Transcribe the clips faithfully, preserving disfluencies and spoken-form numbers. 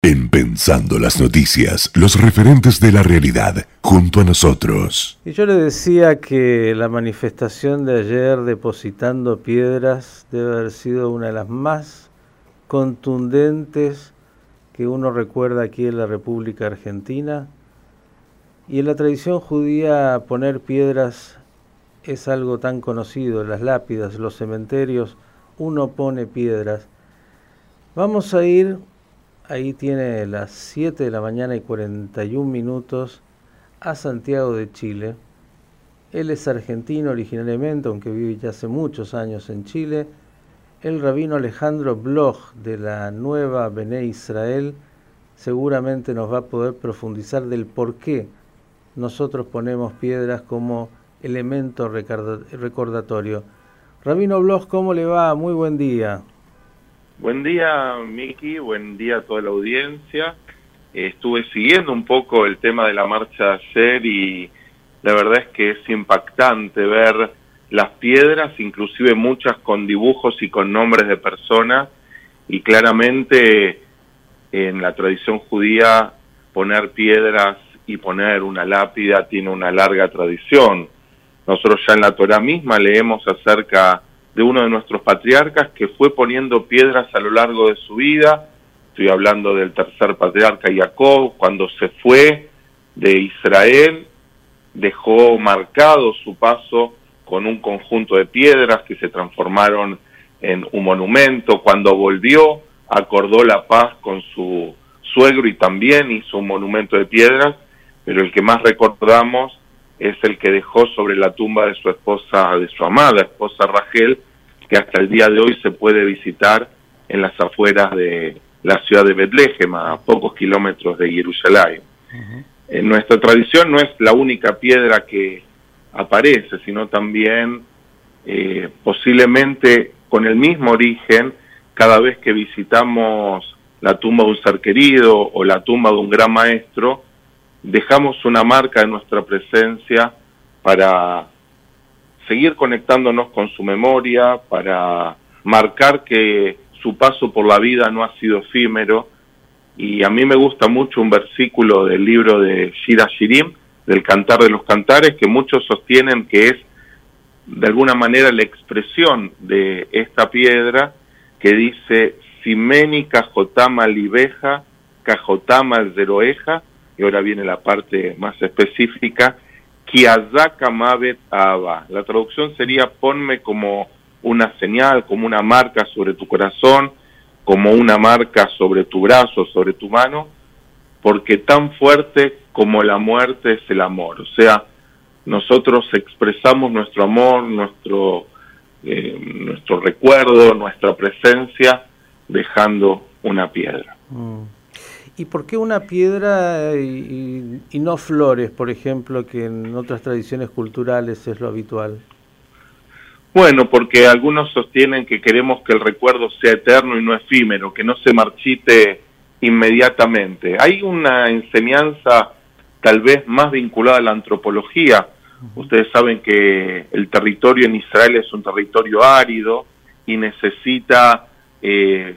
En Pensando las Noticias, los referentes de la realidad, junto a nosotros. Y yo le decía que la manifestación de ayer depositando piedras debe haber sido una de las más contundentes que uno recuerda aquí en la República Argentina. Y en la tradición judía poner piedras es algo tan conocido, las lápidas, los cementerios, uno pone piedras. Vamos a ir... Ahí tiene las siete de la mañana y cuarenta y un minutos a Santiago de Chile. Él es argentino originariamente, aunque vive ya hace muchos años en Chile. El rabino Alejandro Bloch de la nueva Bené Israel seguramente nos va a poder profundizar del por qué nosotros ponemos piedras como elemento recordatorio. Rabino Bloch, ¿cómo le va? Muy buen día. Buen día, Miki, buen día a toda la audiencia. Eh, estuve siguiendo un poco el tema de la marcha ayer y la verdad es que es impactante ver las piedras, inclusive muchas con dibujos y con nombres de personas, y claramente en la tradición judía poner piedras y poner una lápida tiene una larga tradición. Nosotros ya en la Torá misma leemos acerca de uno de nuestros patriarcas que fue poniendo piedras a lo largo de su vida. Estoy hablando del tercer patriarca Jacob. Cuando se fue de Israel, dejó marcado su paso con un conjunto de piedras que se transformaron en un monumento. Cuando volvió, acordó la paz con su suegro y también hizo un monumento de piedras, pero el que más recordamos es el que dejó sobre la tumba de su esposa, de su amada esposa Rachel, que hasta el día de hoy se puede visitar en las afueras de la ciudad de Betlehem, a pocos kilómetros de Jerusalén. Uh-huh. En nuestra tradición no es la única piedra que aparece, sino también eh, posiblemente con el mismo origen, cada vez que visitamos la tumba de un ser querido o la tumba de un gran maestro, dejamos una marca de nuestra presencia para seguir conectándonos con su memoria, para marcar que su paso por la vida no ha sido efímero. Y a mí me gusta mucho un versículo del libro de Shir HaShirim, del Cantar de los Cantares, que muchos sostienen que es de alguna manera la expresión de esta piedra, que dice Simeni Cajotama Libeja, Cajotama Zeroeja, y ahora viene la parte más específica, Kiazaka Mavet Ava. La traducción sería ponme como una señal, como una marca sobre tu corazón, como una marca sobre tu brazo, sobre tu mano, porque tan fuerte como la muerte es el amor. O sea, nosotros expresamos nuestro amor, nuestro, eh, nuestro recuerdo, nuestra presencia, dejando una piedra. Mm. ¿Y por qué una piedra y, y, y no flores, por ejemplo, que en otras tradiciones culturales es lo habitual? Bueno, porque algunos sostienen que queremos que el recuerdo sea eterno y no efímero, que no se marchite inmediatamente. Hay una enseñanza tal vez más vinculada a la antropología. Uh-huh. Ustedes saben que el territorio en Israel es un territorio árido y necesita eh,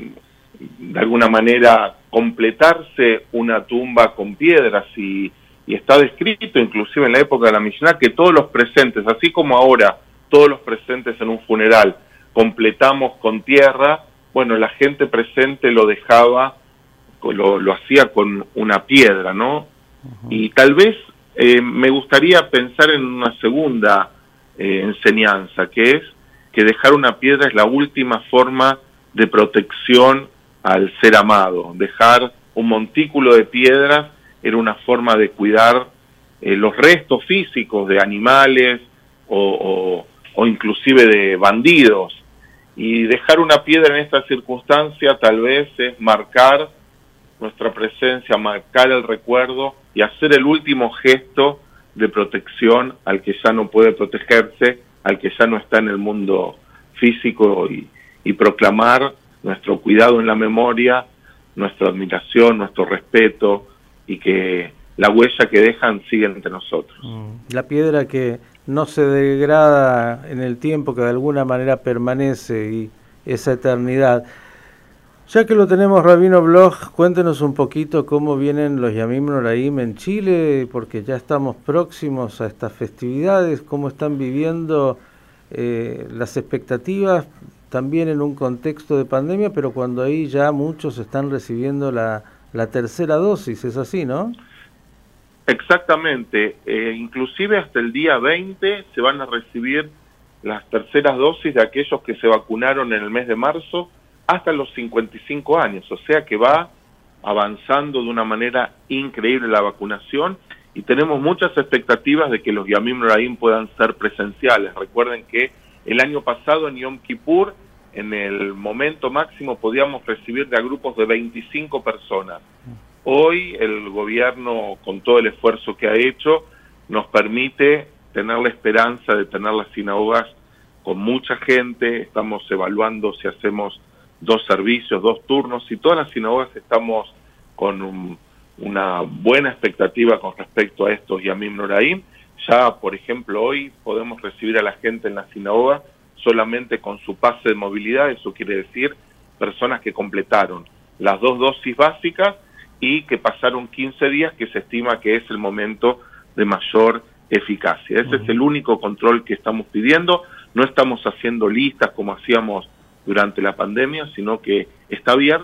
de alguna manera completarse una tumba con piedras y, y está descrito inclusive en la época de la Mishnah que todos los presentes, así como ahora todos los presentes en un funeral completamos con tierra, bueno, la gente presente lo dejaba, lo, lo hacía con una piedra, ¿no? Uh-huh. Y tal vez eh, me gustaría pensar en una segunda eh, enseñanza, que es que dejar una piedra es la última forma de protección al ser amado. Dejar un montículo de piedras era una forma de cuidar eh, los restos físicos de animales o, o, o inclusive de bandidos. Y dejar una piedra en esta circunstancia tal vez es marcar nuestra presencia, marcar el recuerdo y hacer el último gesto de protección al que ya no puede protegerse, al que ya no está en el mundo físico y, y proclamar nuestro cuidado en la memoria, nuestra admiración, nuestro respeto y que la huella que dejan sigue entre nosotros. La piedra que no se degrada en el tiempo, que de alguna manera permanece y esa eternidad. Ya que lo tenemos, Rabino Bloch, cuéntenos un poquito cómo vienen los Yamim Noraim en Chile, porque ya estamos próximos a estas festividades, cómo están viviendo eh, las expectativas, también en un contexto de pandemia, pero cuando ahí ya muchos están recibiendo la, la tercera dosis, ¿es así, no? Exactamente, eh, inclusive hasta el día veinte se van a recibir las terceras dosis de aquellos que se vacunaron en el mes de marzo hasta los cincuenta y cinco años, o sea que va avanzando de una manera increíble la vacunación y tenemos muchas expectativas de que los Yamim Noraim puedan ser presenciales. Recuerden que el año pasado en Yom Kippur, en el momento máximo, podíamos recibir de a grupos de veinticinco personas. Hoy el gobierno, con todo el esfuerzo que ha hecho, nos permite tener la esperanza de tener las sinagogas con mucha gente. Estamos evaluando si hacemos dos servicios, dos turnos, y todas las sinagogas estamos con un, una buena expectativa con respecto a estos Yamim Noraim. Ya, por ejemplo, hoy podemos recibir a la gente en la sinagoga solamente con su pase de movilidad. Eso quiere decir personas que completaron las dos dosis básicas y que pasaron quince días, que se estima que es el momento de mayor eficacia. Ese uh-huh. es el único control que estamos pidiendo. No estamos haciendo listas como hacíamos durante la pandemia, sino que está abierta.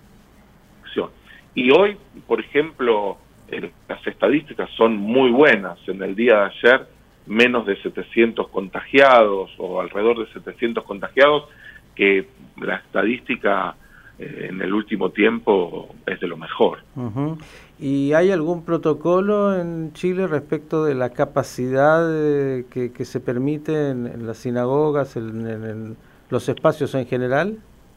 Y hoy, por ejemplo, eh, las estadísticas son muy buenas. En el día de ayer, menos de setecientos contagiados, o alrededor de setecientos contagiados, que la estadística eh, en el último tiempo es de lo mejor. Uh-huh. ¿Y hay algún protocolo en Chile respecto de la capacidad de, que, que se permite en, en las sinagogas, en, en, en los espacios en general?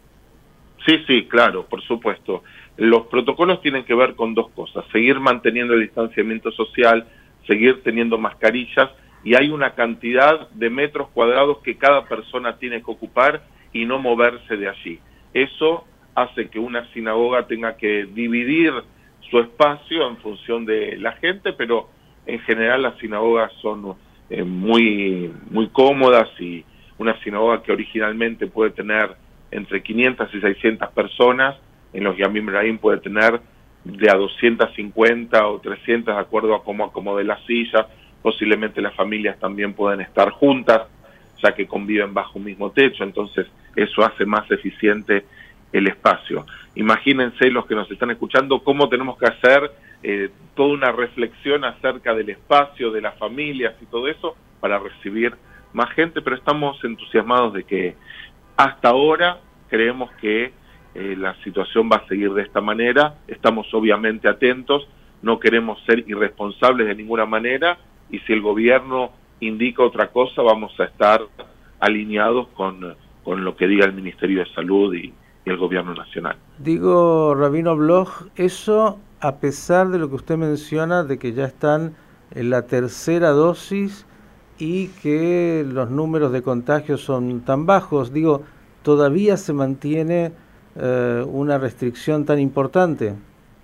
Sí, sí, claro, por supuesto. Los protocolos tienen que ver con dos cosas: seguir manteniendo el distanciamiento social, seguir teniendo mascarillas, y hay una cantidad de metros cuadrados que cada persona tiene que ocupar y no moverse de allí. Eso hace que una sinagoga tenga que dividir su espacio en función de la gente, pero en general las sinagogas son eh, muy, muy cómodas, y una sinagoga que originalmente puede tener entre quinientas y seiscientas personas, en los Yamim Noraim puede tener de a doscientas cincuenta o trescientas, de acuerdo a cómo acomode la silla. Posiblemente las familias también pueden estar juntas, ya que conviven bajo un mismo techo, entonces eso hace más eficiente el espacio. Imagínense, los que nos están escuchando, cómo tenemos que hacer eh, toda una reflexión acerca del espacio, de las familias y todo eso, para recibir más gente, pero estamos entusiasmados de que hasta ahora creemos que eh, la situación va a seguir de esta manera. Estamos obviamente atentos, no queremos ser irresponsables de ninguna manera, y si el gobierno indica otra cosa, vamos a estar alineados con, con lo que diga el Ministerio de Salud y, y el gobierno nacional. Digo, Rabino Bloch, eso a pesar de lo que usted menciona, de que ya están en la tercera dosis y que los números de contagios son tan bajos, digo, ¿todavía se mantiene eh, una restricción tan importante?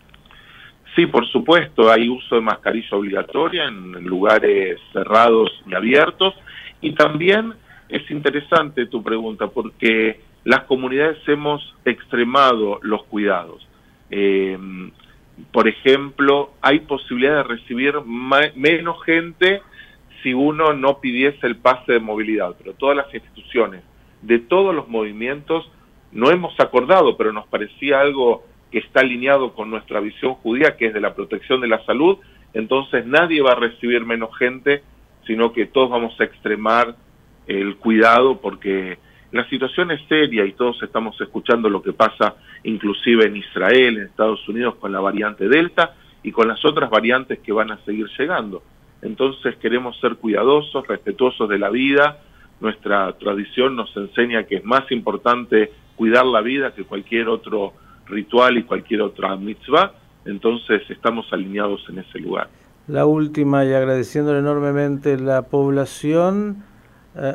Sí, por supuesto, hay uso de mascarilla obligatoria en lugares cerrados y abiertos, y también es interesante tu pregunta, porque las comunidades hemos extremado los cuidados. Eh, por ejemplo, hay posibilidad de recibir menos gente si uno no pidiese el pase de movilidad, pero todas las instituciones de todos los movimientos no hemos acordado, pero nos parecía algo que está alineado con nuestra visión judía, que es de la protección de la salud. Entonces nadie va a recibir menos gente, sino que todos vamos a extremar el cuidado, porque la situación es seria y todos estamos escuchando lo que pasa inclusive en Israel, en Estados Unidos, con la variante Delta y con las otras variantes que van a seguir llegando. Entonces queremos ser cuidadosos, respetuosos de la vida. Nuestra tradición nos enseña que es más importante cuidar la vida que cualquier otro ritual y cualquier otra mitzvah. Entonces estamos alineados en ese lugar. La última, y agradeciéndole enormemente, la población eh,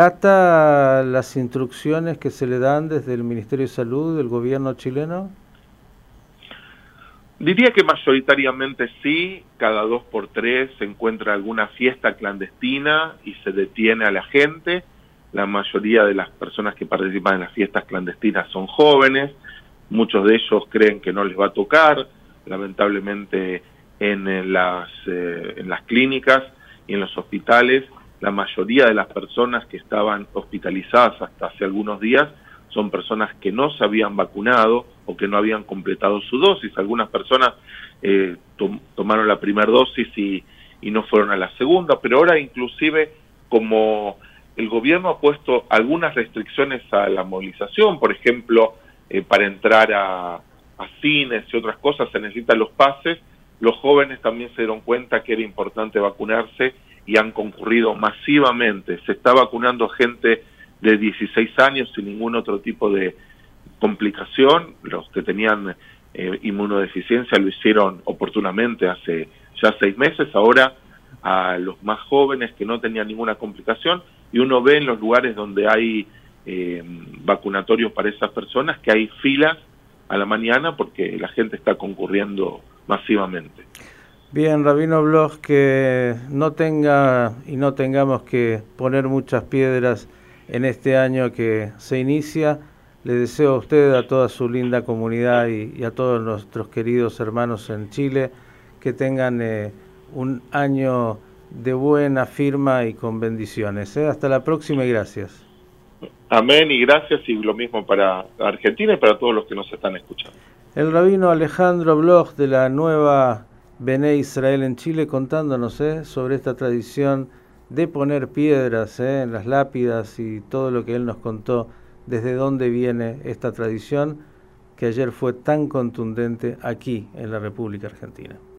acata las instrucciones que se le dan desde el Ministerio de Salud del gobierno chileno. Diría que mayoritariamente sí. Cada dos por tres se encuentra alguna fiesta clandestina y se detiene a la gente. La mayoría de las personas que participan en las fiestas clandestinas son jóvenes. muchos de ellos creen que no les va a tocar, lamentablemente en, en, las, eh, en las clínicas y en los hospitales, la mayoría de las personas que estaban hospitalizadas hasta hace algunos días son personas que no se habían vacunado o que no habían completado su dosis. Algunas personas eh, tom tomaron la primera dosis y, y no fueron a la segunda, pero ahora inclusive como el gobierno ha puesto algunas restricciones a la movilización, por ejemplo, eh, para entrar a, a cines y otras cosas se necesitan los pases, los jóvenes también se dieron cuenta que era importante vacunarse y han concurrido masivamente. Se está vacunando gente de dieciséis años sin ningún otro tipo de complicación. Los que tenían eh, inmunodeficiencia lo hicieron oportunamente hace ya seis meses. Ahora a los más jóvenes que no tenían ninguna complicación, y uno ve en los lugares donde hay eh, vacunatorios para esas personas que hay filas a la mañana porque la gente está concurriendo masivamente. Bien, Rabino Bloch, que no tenga y no tengamos que poner muchas piedras en este año que se inicia. Le deseo a usted, a toda su linda comunidad y, y a todos nuestros queridos hermanos en Chile que tengan eh, un año de buena firma y con bendiciones. ¿eh? Hasta la próxima y gracias. Amén y gracias, y lo mismo para Argentina y para todos los que nos están escuchando. El rabino Alejandro Bloch de la nueva Bené Israel en Chile contándonos ¿eh? sobre esta tradición de poner piedras ¿eh? en las lápidas y todo lo que él nos contó desde dónde viene esta tradición que ayer fue tan contundente aquí en la República Argentina.